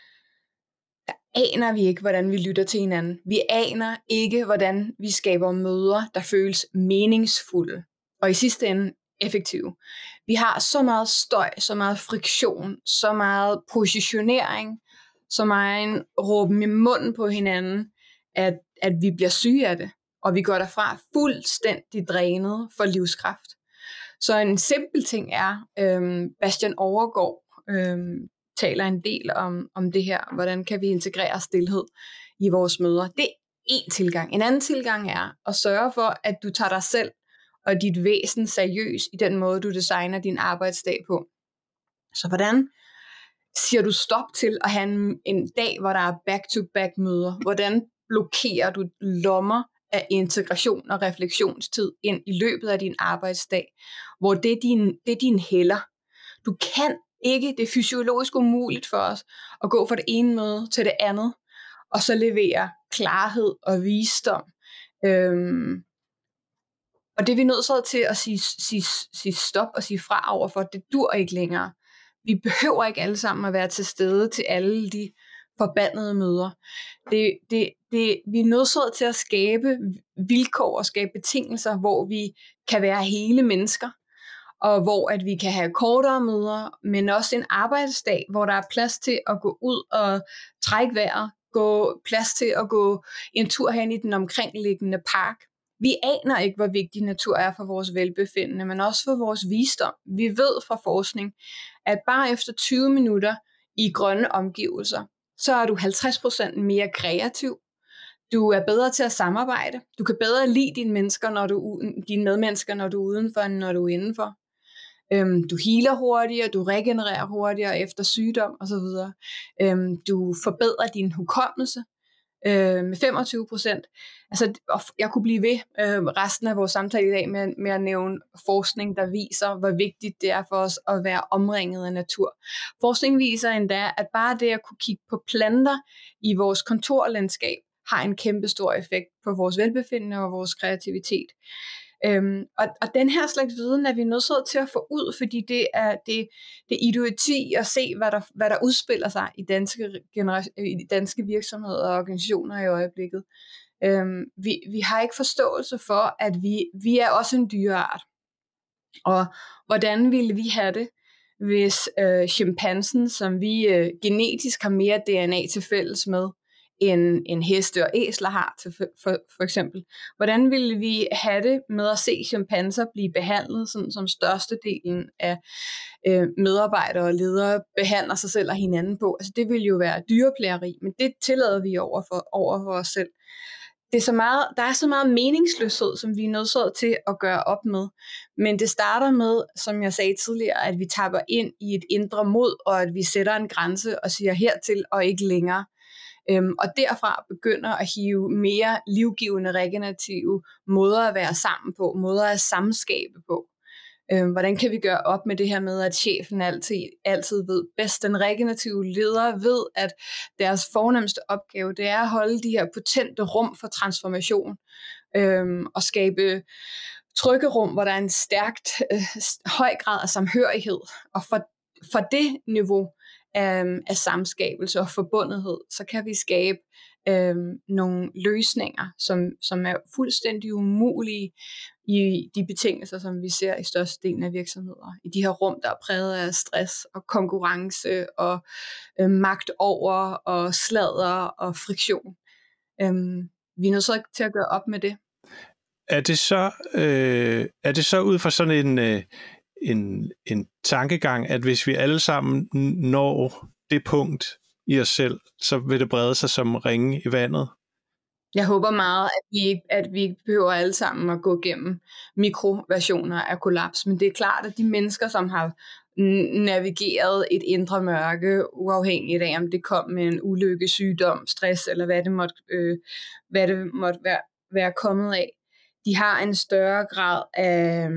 aner vi ikke, hvordan vi lytter til hinanden. Vi aner ikke, hvordan vi skaber møder, der føles meningsfulde, og i sidste ende effektive. Vi har så meget støj, så meget friktion, så meget positionering, så meget råben i munden på hinanden, at, at vi bliver syge af det, og vi går derfra fuldstændig drænet for livskraft. Så en simpel ting er, øhm, Bastian Overgaard, øhm, taler en del om, om det her, hvordan kan vi integrere stilhed i vores møder. Det er én tilgang. En anden tilgang er at sørge for, at du tager dig selv og dit væsen seriøst i den måde, du designer din arbejdsdag på. Så hvordan siger du stop til at have en, en dag, hvor der er back-to-back møder? Hvordan blokerer du lommer af integration og refleksionstid ind i løbet af din arbejdsdag, hvor det er din, det er din hælder. Du kan ikke, det er fysiologisk umuligt for os at gå fra det ene møde til det andet, og så levere klarhed og visdom. Øhm, og det er vi nødt til at sige, sige, sige stop og sige fra overfor, det dur ikke længere. Vi behøver ikke alle sammen at være til stede til alle de forbandede møder. Det, det, det, vi er nødt til at skabe vilkår og skabe betingelser, hvor vi kan være hele mennesker, og hvor at vi kan have kortere møder, men også en arbejdsdag, hvor der er plads til at gå ud og trække vejret, gå plads til at gå en tur hen i den omkringliggende park. Vi aner ikke, hvor vigtig natur er for vores velbefindende, men også for vores visdom. Vi ved fra forskning, at bare efter tyve minutter i grønne omgivelser, så er du halvtreds procent mere kreativ. Du er bedre til at samarbejde. Du kan bedre lide dine, mennesker, når du, dine medmennesker, når du er udenfor, end når du er indenfor. Øhm, du healer hurtigere, du regenererer hurtigere efter sygdom osv. Øhm, du forbedrer din hukommelse øh, med femogtyve procent. Altså, jeg kunne blive ved øh, resten af vores samtale i dag med, med at nævne forskning, der viser, hvor vigtigt det er for os at være omringet af natur. Forskning viser endda, at bare det at kunne kigge på planter i vores kontorlandskab har en kæmpe stor effekt på vores velbefindende og vores kreativitet. Øhm, og, og den her slags viden er vi nødt til at få ud, fordi det er det, det idioti at se, hvad der, hvad der udspiller sig i danske, i danske virksomheder og organisationer i øjeblikket. Øhm, vi, vi har ikke forståelse for, at vi, vi er også en dyreart. Og hvordan ville vi have det, hvis øh, chimpansen, som vi øh, genetisk har mere D N A til fælles med, end en heste og æsler har til for, for, for eksempel. Hvordan ville vi have det med at se chimpanser blive behandlet, sådan som størstedelen af øh, medarbejdere og ledere behandler sig selv og hinanden på? Altså det ville jo være dyreplageri, men det tillader vi over for, over for os selv. Det er så meget, der er så meget meningsløshed, som vi er nødt til at gøre op med. Men det starter med, som jeg sagde tidligere, at vi tapper ind i et indre mod, og at vi sætter en grænse og siger hertil og ikke længere. Øhm, og derfra begynder at hive mere livgivende, regenerative måder at være sammen på, måder at samskabe på. Øhm, hvordan kan vi gøre op med det her med, at chefen altid, altid ved bedst? Den regenerative leder ved, at deres fornemste opgave, det er at holde de her potente rum for transformation, øhm, og skabe trygge rum, hvor der er en stærkt, øh, høj grad af samhørighed. Og for, for det niveau af, af samskabelse og forbundethed, så kan vi skabe øhm, nogle løsninger, som, som er fuldstændig umulige i de betingelser, som vi ser i størstedelen af virksomheder. I de her rum, der er præget af stress og konkurrence og øh, magt over og sladder og friktion. Øhm, vi er nødt til at gøre op med det. Er det så, øh, er det så ud fra sådan en, øh, en, en tankegang, at hvis vi alle sammen når det punkt i os selv, så vil det brede sig som ringe i vandet? Jeg håber meget, at vi, at vi ikke behøver alle sammen at gå gennem mikroversioner af kollaps, men det er klart, at de mennesker, som har navigeret et indre mørke, uafhængigt af, om det kom med en ulykke, sygdom, stress, eller hvad det måtte, øh, hvad det måtte være, være kommet af, de har en større grad af,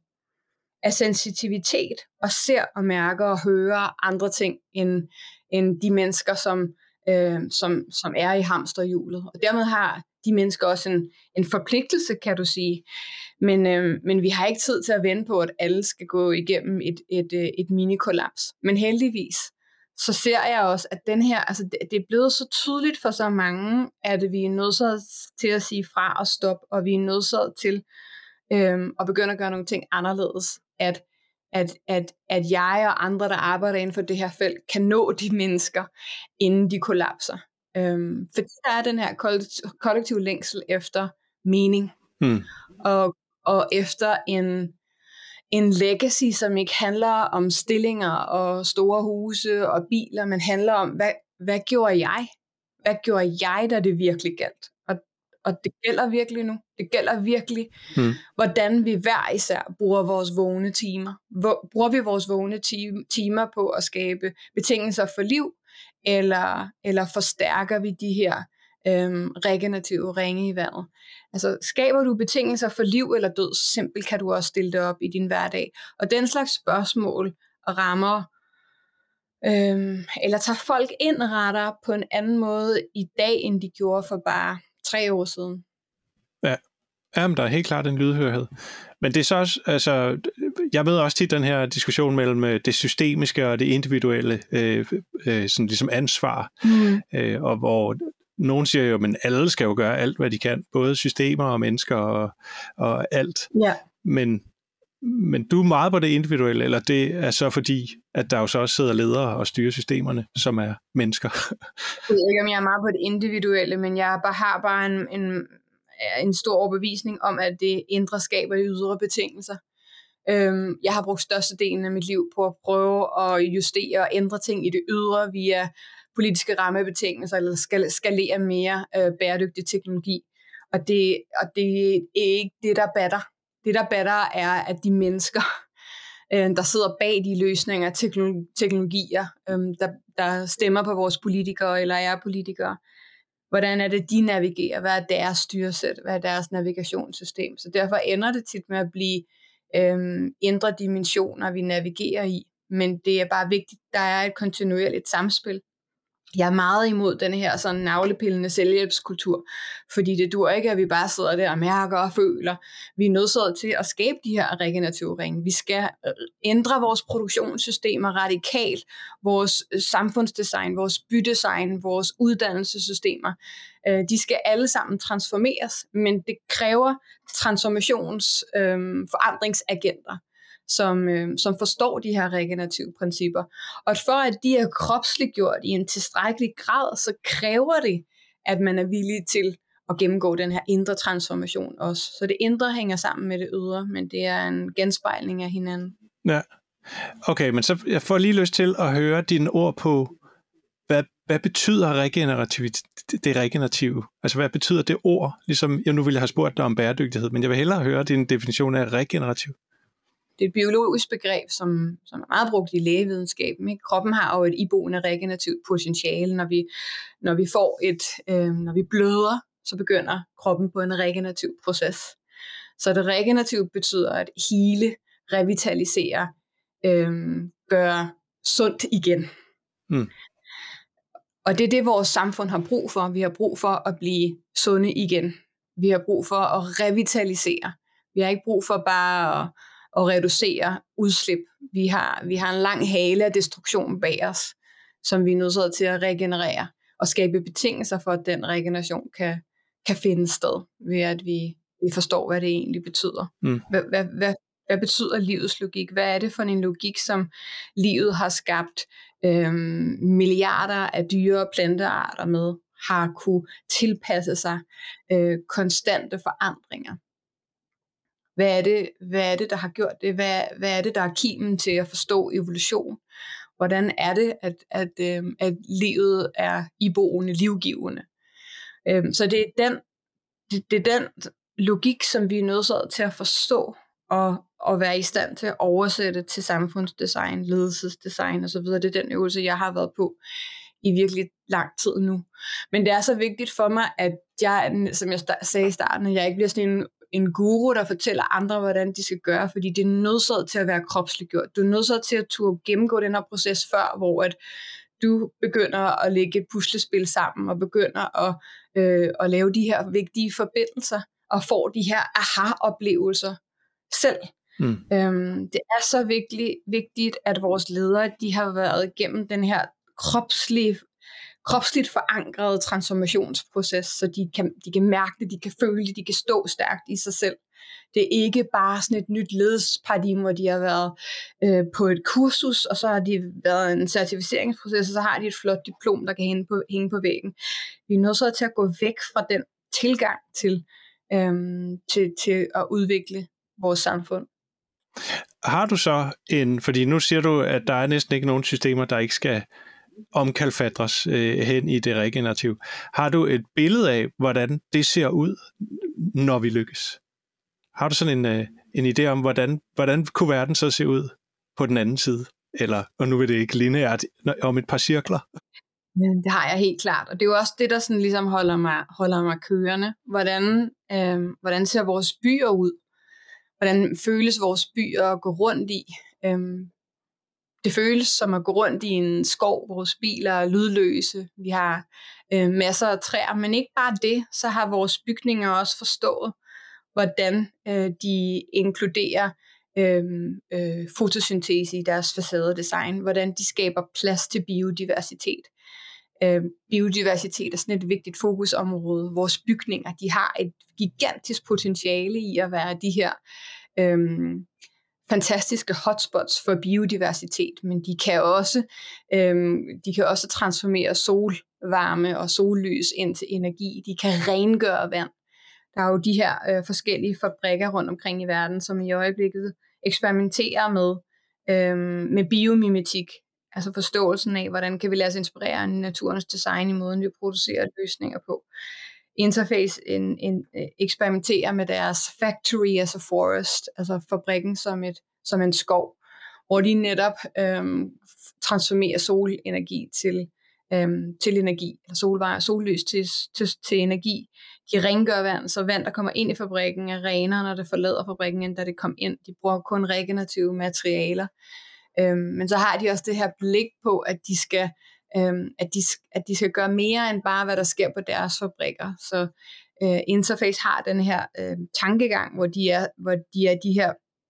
af sensitivitet, og ser og mærker og hører andre ting, end, end de mennesker, som Øh, som, som er i hamsterhjulet. Og dermed har de mennesker også en, en forpligtelse, kan du sige. Men, øh, men vi har ikke tid til at vente på, at alle skal gå igennem et, et, et, et mini-kollaps. Men heldigvis, så ser jeg også, at den her, altså det, det er blevet så tydeligt for så mange, at vi er nødt til at sige fra og stop, og vi er nødt til øh, at begynde at gøre nogle ting anderledes. At At, at, at jeg og andre, der arbejder inden for det her felt, kan nå de mennesker, inden de kollapser. Øhm, fordi der er den her kollektiv længsel efter mening. Hmm. Og, og efter en, en legacy, som ikke handler om stillinger og store huse og biler, men handler om, hvad, hvad gjorde jeg? Hvad gjorde jeg, da det virkelig galt? Og Og det gælder virkelig nu. Det gælder virkelig, hmm. hvordan vi hver især bruger vores vågne timer. Hvor, bruger vi vores vågne timer på at skabe betingelser for liv, eller, eller forstærker vi de her øhm, regenerative ringe i vandet? Altså, skaber du betingelser for liv eller død, så simpelt kan du også stille det op i din hverdag. Og den slags spørgsmål rammer øhm, eller tager folk ind retter på en anden måde i dag, end de gjorde for bare tre år siden. Ja, jamen, der er helt klart en lydhørhed. Men det er så også, altså, jeg møder også tit den her diskussion mellem det systemiske og det individuelle, øh, øh, sådan ligesom ansvar, mm. øh, og hvor nogen siger jo, men alle skal jo gøre alt, hvad de kan, både systemer og mennesker og, og alt. Ja. Men, men du er meget på det individuelle, eller det er så fordi, at der jo så også sidder ledere og styrer systemerne, som er mennesker? Jeg ved ikke, om jeg er meget på det individuelle, men jeg bare har bare en, en, en stor overbevisning om, at det indre skaber de ydre betingelser. Øhm, jeg har brugt størstedelen af mit liv på at prøve at justere og ændre ting i det ydre via politiske rammebetingelser, eller skal, skalere mere øh, bæredygtig teknologi. Og det, og det er ikke det, der batter. Det, der batter, er, at de mennesker, øh, der sidder bag de løsninger, teknologi, teknologier, øh, der, der stemmer på vores politikere, eller er politikere, hvordan er det, de navigerer? Hvad er deres styresæt? Hvad er deres navigationssystem? Så derfor ender det tit med at blive øh, indre dimensioner, vi navigerer i. Men det er bare vigtigt, der er et kontinuerligt samspil. Jeg er meget imod den her sådan navlepillende selvhjælpskultur, fordi det dur ikke, at vi bare sidder der og mærker og føler. Vi er nødsaget til at skabe de her regenerative ringe. Vi skal ændre vores produktionssystemer radikalt, vores samfundsdesign, vores bydesign, vores uddannelsessystemer. De skal alle sammen transformeres, men det kræver transformationsforandringsagenter. Som, øh, som forstår de her regenerative principper. Og for at de er kropsliggjort i en tilstrækkelig grad, så kræver det, at man er villig til at gennemgå den her indre transformation også. Så det indre hænger sammen med det ydre, men det er en genspejling af hinanden. Ja, okay, men så jeg får lige lyst til at høre dine ord på, hvad, hvad betyder regenerativt, det regenerative? Altså hvad betyder det ord? Ligesom, jeg nu ville jeg have spurgt dig om bæredygtighed, men jeg vil hellere høre din definition af regenerativ. Det er et biologisk begreb, som, som er meget brugt i lægevidenskaben. Ikke? Kroppen har jo et iboende regenerativt potentiale. Når vi, når vi får et, øh, når vi bløder, så begynder kroppen på en regenerativ proces. Så det regenerative betyder at hele, revitalisere, øh, gøre sundt igen. Mm. Og det er det, vores samfund har brug for. Vi har brug for at blive sunde igen. Vi har brug for at revitalisere. Vi har ikke brug for bare at og reducere udslip. Vi har, vi har en lang hale af destruktion bag os, som vi er nødt til at regenerere, og skabe betingelser for, at den regeneration kan, kan finde sted, ved at vi, vi forstår, hvad det egentlig betyder. Mm. Hvad, hvad, hvad, hvad betyder livets logik? Hvad er det for en logik, som livet har skabt øhm, milliarder af dyre- og plantearter med, har kunne tilpasse sig øh, konstante forandringer? Hvad er det, hvad er det, der har gjort det? Hvad, hvad er det, der er kimen til at forstå evolution? Hvordan er det, at, at, øh, at livet er iboende, livgivende? Øh, så det er, den, det, det er den logik, som vi er nødt til at forstå og, og være i stand til at oversætte til samfundsdesign, ledelsesdesign osv. Det er den øvelse, jeg har været på i virkelig lang tid nu. Men det er så vigtigt for mig, at jeg, som jeg sagde i starten, at jeg ikke bliver sådan en en guru, der fortæller andre, hvordan de skal gøre, fordi det er nødsaget til at være kropsliggjort. Du er nødsaget til at turde gennemgå den her proces før, hvor at du begynder at lægge et puslespil sammen, og begynder at, øh, at lave de her vigtige forbindelser, og får de her aha-oplevelser selv. Mm. Øhm, det er så vigtigt, vigtigt, at vores ledere, de har været igennem den her kropslige kropsligt forankrede transformationsproces, så de kan, de kan mærke det, de kan føle det, de kan stå stærkt i sig selv. Det er ikke bare sådan et nyt ledelsesparadigme, hvor de har været øh, på et kursus, og så har de været en certificeringsproces, og så har de et flot diplom, der kan hænge på, hænge på væggen. Vi er nødt til at gå væk fra den tilgang til, øhm, til, til at udvikle vores samfund. Har du så en, fordi nu siger du, at der er næsten ikke nogen systemer, der ikke skal omkalfatres øh, hen i det regenerative. Har du et billede af, hvordan det ser ud, når vi lykkes? Har du sådan en, øh, en idé om, hvordan, hvordan kunne verden så se ud på den anden side? Eller, og nu vil det ikke lineært, om et par cirkler? Det har jeg helt klart, og det er jo også det, der sådan ligesom holder mig, holder mig kørende. Hvordan, øh, hvordan ser vores byer ud? Hvordan føles vores byer at gå rundt i? Øh, det føles som at gå rundt i en skov. Vores biler er lydløse. Vi har øh, masser af træer, men ikke bare det, så har vores bygninger også forstået, hvordan øh, de inkluderer øh, øh, fotosyntese i deres facadedesign, hvordan de skaber plads til biodiversitet. Øh, biodiversitet er sådan et vigtigt fokusområde. Vores bygninger, de har et gigantisk potentiale i at være de her øh, fantastiske hotspots for biodiversitet, men de kan også, øh, de kan også transformere solvarme og sollys ind til energi. De kan rengøre vand. Der er jo de her øh, forskellige fabrikker rundt omkring i verden, som i øjeblikket eksperimenterer med, øh, med biomimetik, altså forståelsen af, hvordan kan vi lade os inspirere af naturens design i måden, vi producerer løsninger på. Interface en, en, eksperimenterer med deres factory as a forest, altså fabrikken som, et, som en skov, hvor de netop øhm, transformerer solenergi til, øhm, til energi, eller solvarme, sollys til, til, til energi. De rengør vand, så vand, der kommer ind i fabrikken, er renere, når det forlader fabrikken, end da det kom ind. De bruger kun regenerative materialer. Øhm, men så har de også det her blik på, at de skal Øhm, at, de, at de skal gøre mere end bare, hvad der sker på deres fabrikker. Så øh, Interface har den her øh, tankegang, hvor de er, hvor de, er de her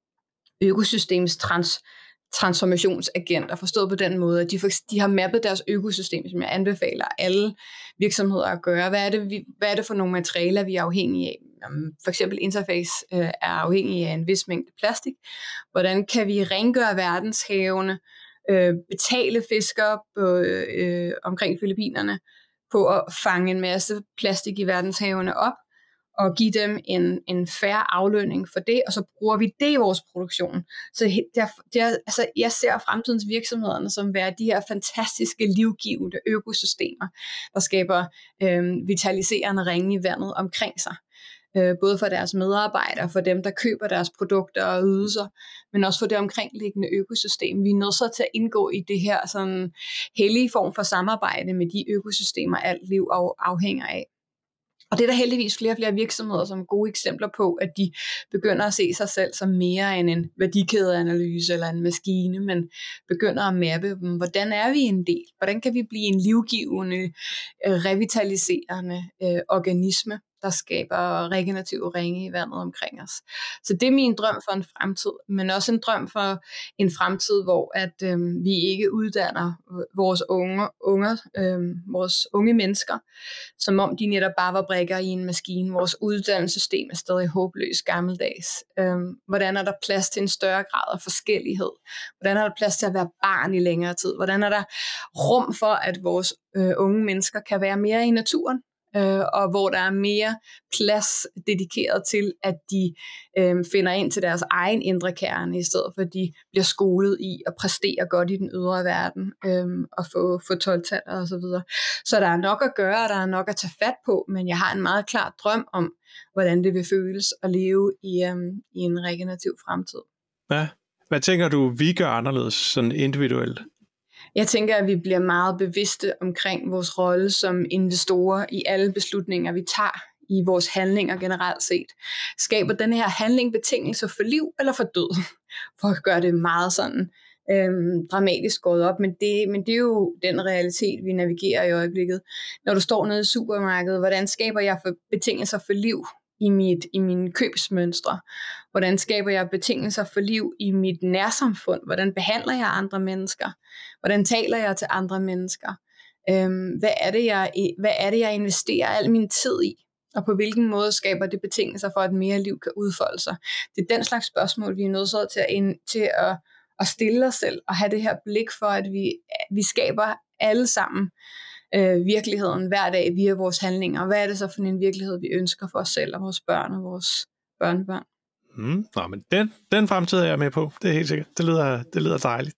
økosystems trans, transformationsagenter, forstået på den måde, at de, for, de har mappet deres økosystem, som jeg anbefaler alle virksomheder at gøre. Hvad er det, vi, hvad er det for nogle materialer, vi er afhængige af? For eksempel Interface øh, er afhængig af en vis mængde plastik. Hvordan kan vi rengøre verdenshavene, Øh, betale fiskere på, øh, omkring Filippinerne på at fange en masse plastik i verdenshavene op og give dem en, en fair aflønning for det, og så bruger vi det i vores produktion. Så der, der, altså, jeg ser fremtidens virksomhederne som være de her fantastiske livgivende økosystemer, der skaber øh, vitaliserende ringe i vandet omkring sig. Både for deres medarbejdere, for dem, der køber deres produkter og ydelser, men også for det omkringliggende økosystem. Vi er nødt til at indgå i det her sådan hellige form for samarbejde med de økosystemer, alt liv afhænger af. Og det er der heldigvis flere og flere virksomheder, som er gode eksempler på, at de begynder at se sig selv som mere end en værdikædeanalyse eller en maskine, men begynder at mappe dem. Hvordan er vi en del? Hvordan kan vi blive en livgivende, revitaliserende øh, organisme, der skaber regenerative ringe i vandet omkring os. Så det er min drøm for en fremtid, men også en drøm for en fremtid, hvor at øh, vi ikke uddanner vores unge, unge, øh, vores unge mennesker, som om de netop bare var brikker i en maskine. Vores uddannelsessystem er stadig håbløst gammeldags. Øh, hvordan er der plads til en større grad af forskellighed? Hvordan er der plads til at være barn i længere tid? Hvordan er der rum for, at vores øh, unge mennesker kan være mere i naturen? Øh, og hvor der er mere plads dedikeret til, at de øh, finder ind til deres egen indre kerne, i stedet for at de bliver skolet i at præstere godt i den ydre verden, øh, og få, få tolv-taller og så videre. Så der er nok at gøre, og der er nok at tage fat på, men jeg har en meget klar drøm om, hvordan det vil føles at leve i, øh, i en regenerativ fremtid. Ja. Hvad tænker du, vi gør anderledes sådan individuelt? Jeg tænker, at vi bliver meget bevidste omkring vores rolle som investorer i alle beslutninger, vi tager i vores handlinger generelt set. Skaber den her handling betingelser for liv eller for død? For at gøre det meget sådan øhm, dramatisk gået op, men det, men det er jo den realitet, vi navigerer i øjeblikket. Når du står nede i supermarkedet, hvordan skaber jeg for betingelser for liv i, mit, i mine købsmønstre? Hvordan skaber jeg betingelser for liv i mit nærsamfund? Hvordan behandler jeg andre mennesker? Hvordan taler jeg til andre mennesker? Øhm, hvad, er det, jeg, hvad er det, jeg investerer al min tid i? Og på hvilken måde skaber det betingelser for, at mere liv kan udfolde sig? Det er den slags spørgsmål, vi er nødt til at, ind, til at, at stille os selv, og have det her blik for, at vi, vi skaber alle sammen øh, virkeligheden hver dag via vores handlinger. Hvad er det så for en virkelighed, vi ønsker for os selv og vores børn og vores børnebørn? Mm, nå, men den, den fremtid er jeg med på. Det er helt sikkert. Det lyder, det lyder dejligt.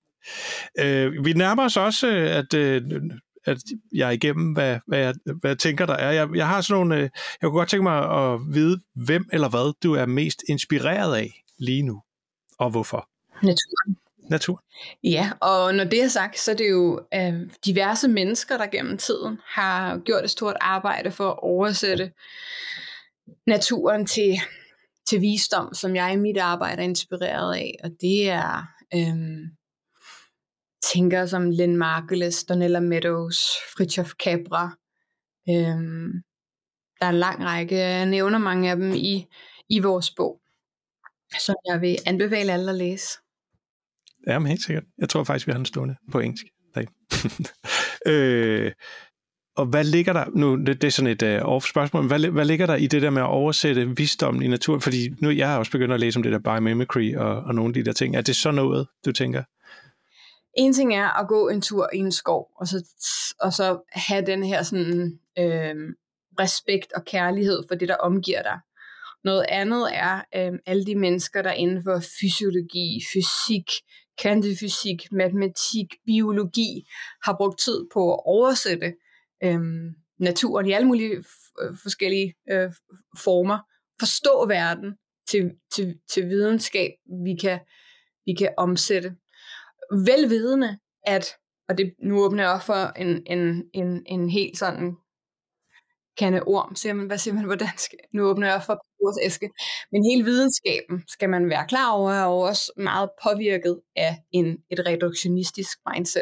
Øh, vi nærmer os også, at, at jeg er igennem, hvad, hvad, jeg, hvad jeg tænker, der er. Jeg, jeg har sådan nogle, jeg kunne godt tænke mig at vide, hvem eller hvad du er mest inspireret af lige nu, og hvorfor? Naturen. Natur. Ja, og når det er sagt, så er det jo øh, diverse mennesker, der gennem tiden har gjort et stort arbejde for at oversætte naturen til, til visdom, som jeg i mit arbejde er inspireret af. Og det er, øh, tænkere som Lynn Margulis, Donella Meadows, Fritjof Capra. Øhm, der er en lang række, jeg nævner mange af dem i, i vores bog, som jeg vil anbefale alle at læse. Jamen helt sikkert. Jeg tror faktisk, vi har den stående på engelsk. øh, og hvad ligger der, nu det, det er sådan et uh, off-spørgsmål, hvad, hvad ligger der i det der med at oversætte visdommen i naturen? Fordi nu jeg har også begyndt at læse om det der biomimicry og, og nogle af de der ting. Er det så noget, du tænker? En ting er at gå en tur i en skov, og så, og så have den her sådan, øh, respekt og kærlighed for det, der omgiver dig. Noget andet er øh, alle de mennesker, der inden for fysiologi, fysik, kvantefysik, matematik, biologi, har brugt tid på at oversætte øh, naturen i alle mulige f- forskellige øh, former. Forstå verden til, til, til videnskab, vi kan, vi kan omsætte. Velvidende, at, og det, nu åbner jeg op for en, en, en, en helt sådan kande orm, siger man, hvad siger man på dansk? Nu åbner jeg op for vores æske. Men hele videnskaben skal man være klar over, er også meget påvirket af en, et reduktionistisk mindset.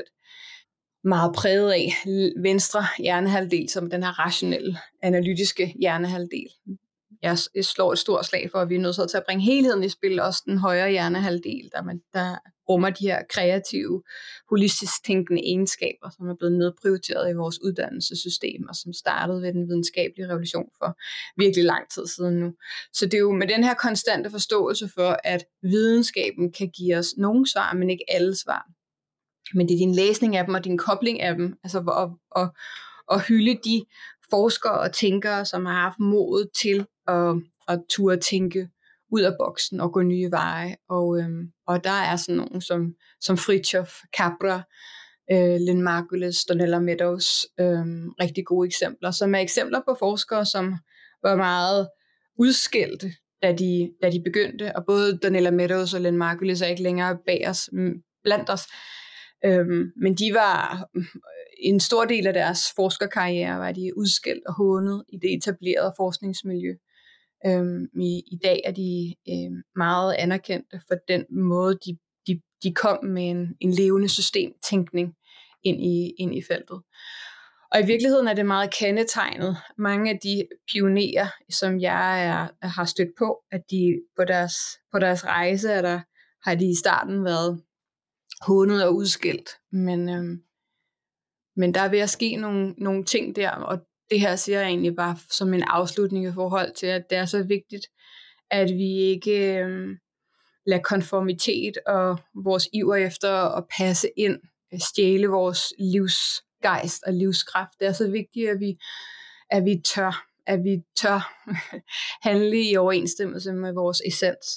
Meget præget af venstre hjernehalvdel, som den her rationelle, analytiske hjernehalvdel. Jeg slår et stort slag for, at vi er nødt til at bringe helheden i spil, også den højre hjernehalvdel, der, man, der rummer de her kreative, holistisk tænkende egenskaber, som er blevet nedprioriteret i vores uddannelsessystem, og som startede ved den videnskabelige revolution for virkelig lang tid siden nu. Så det er jo med den her konstante forståelse for, at videnskaben kan give os nogle svar, men ikke alle svar. Men det er din læsning af dem, og din kobling af dem, altså at, at, at hylde de forskere og tænkere, som har haft modet til at, at turde tænke ud af boksen og gå nye veje. Og, øhm, og der er sådan nogen som, som Fritjof Capra, øh, Lynn Margulis, Donella Meadows, øh, rigtig gode eksempler, som er eksempler på forskere, som var meget udskilte, da de, da de begyndte. Og både Donella Meadows og Lynn Margulis er ikke længere bag os, blandt os. Øhm, men de var, en stor del af deres forskerkarriere var de udskilt og hånet i det etablerede forskningsmiljø. Øhm, i, I dag er de øh, meget anerkendte for den måde, de, de, de kom med en, en levende systemtænkning ind i, ind i feltet. Og i virkeligheden er det meget kendetegnet. Mange af de pionerer, som jeg er, har stødt på, at de på deres, på deres rejse er der, har de i starten været hånet og udskilt. Men, øhm, men der er ved at ske nogle, nogle ting der, og det her siger jeg egentlig bare som en afslutning i forhold til, at det er så vigtigt, at vi ikke øhm, lader konformitet og vores iver efter at passe ind, stjæle vores livsgejst og livskraft. Det er så vigtigt, at vi, at vi tør, at vi tør handle i overensstemmelse med vores essens.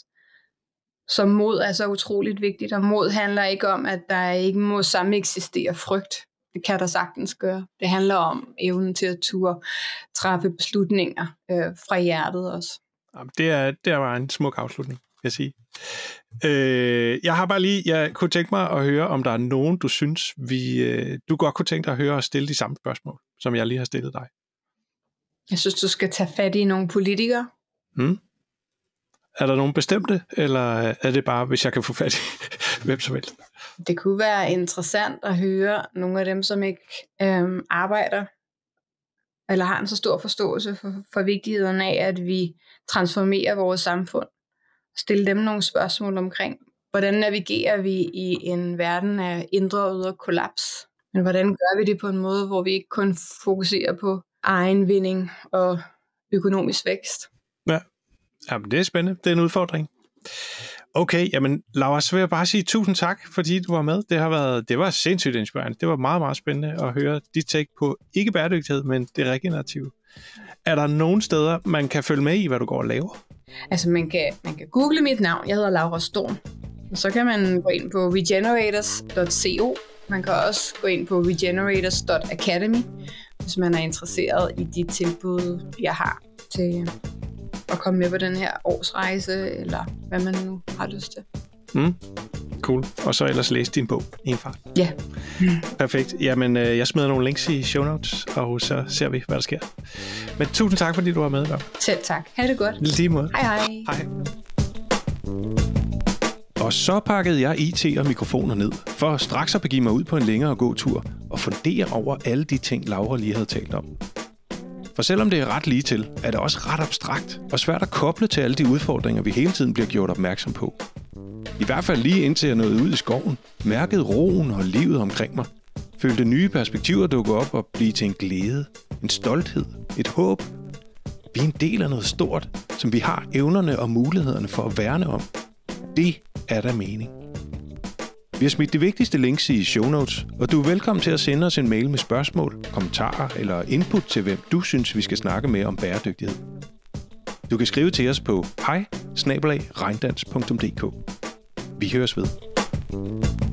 Så mod er så utroligt vigtigt, og mod handler ikke om, at der ikke må sameksistere frygt. Det kan der sagtens gøre. Det handler om evnen til at turde træffe beslutninger øh, fra hjertet også. Det er, det er bare en smuk afslutning, vil jeg sige. Øh, jeg har bare lige, jeg kunne tænke mig at høre, om der er nogen, du synes, vi, øh, du godt kunne tænke dig at høre og stille de samme spørgsmål, som jeg lige har stillet dig. Jeg synes, du skal tage fat i nogle politikere. Hmm. Er der nogen bestemte, eller er det bare, hvis jeg kan få fat i hvem som helst? Det kunne være interessant at høre nogle af dem, som ikke øhm, arbejder, eller har en så stor forståelse for, for vigtigheden af, at vi transformerer vores samfund. Stille dem nogle spørgsmål omkring, hvordan navigerer vi i en verden af indre og ydre kollaps? Men hvordan gør vi det på en måde, hvor vi ikke kun fokuserer på egenvinding og økonomisk vækst? Ja. Jamen, det er spændende. Det er en udfordring. Okay, jamen Laura, så vil jeg bare sige tusind tak, fordi du var med. Det har været, det var sindssygt inspirerende. Det var meget, meget spændende at høre dit take på ikke bæredygtighed, men det regenerative. Er der nogen steder, man kan følge med i, hvad du går og laver? Altså, man kan, man kan google mit navn. Jeg hedder Laura Storm. Og så kan man gå ind på regenerators punktum co. Man kan også gå ind på regenerators punktum academy, hvis man er interesseret i de tilbud, jeg har til at komme med på den her årsrejse, eller hvad man nu har lyst til. Mm. Cool. Og så ellers læse din bog i en fart. Ja. Mm. Perfekt. Jamen, øh, jeg smider nogle links i show notes, og så ser vi, hvad der sker. Men tusind tak, fordi du var med, Laura. Selv tak. Ha' det godt. Lige måde. Hej hej. Hej. Og så pakkede jeg I T og mikrofoner ned, for straks at begive mig ud på en længere gåtur og fundere over alle de ting, Laura lige havde talt om. For selvom det er ret lige til, er det også ret abstrakt og svært at koble til alle de udfordringer, vi hele tiden bliver gjort opmærksom på. I hvert fald lige indtil jeg nåede ud i skoven, mærkede roen og livet omkring mig, følte nye perspektiver dukke op og blive til en glæde, en stolthed, et håb. Vi er en del af noget stort, som vi har evnerne og mulighederne for at værne om. Det er der mening. Vi har smidt de vigtigste links i show notes, og du er velkommen til at sende os en mail med spørgsmål, kommentarer eller input til, hvem du synes, vi skal snakke med om bæredygtighed. Du kan skrive til os på hej snabel-a regndans punktum d k. Vi høres ved.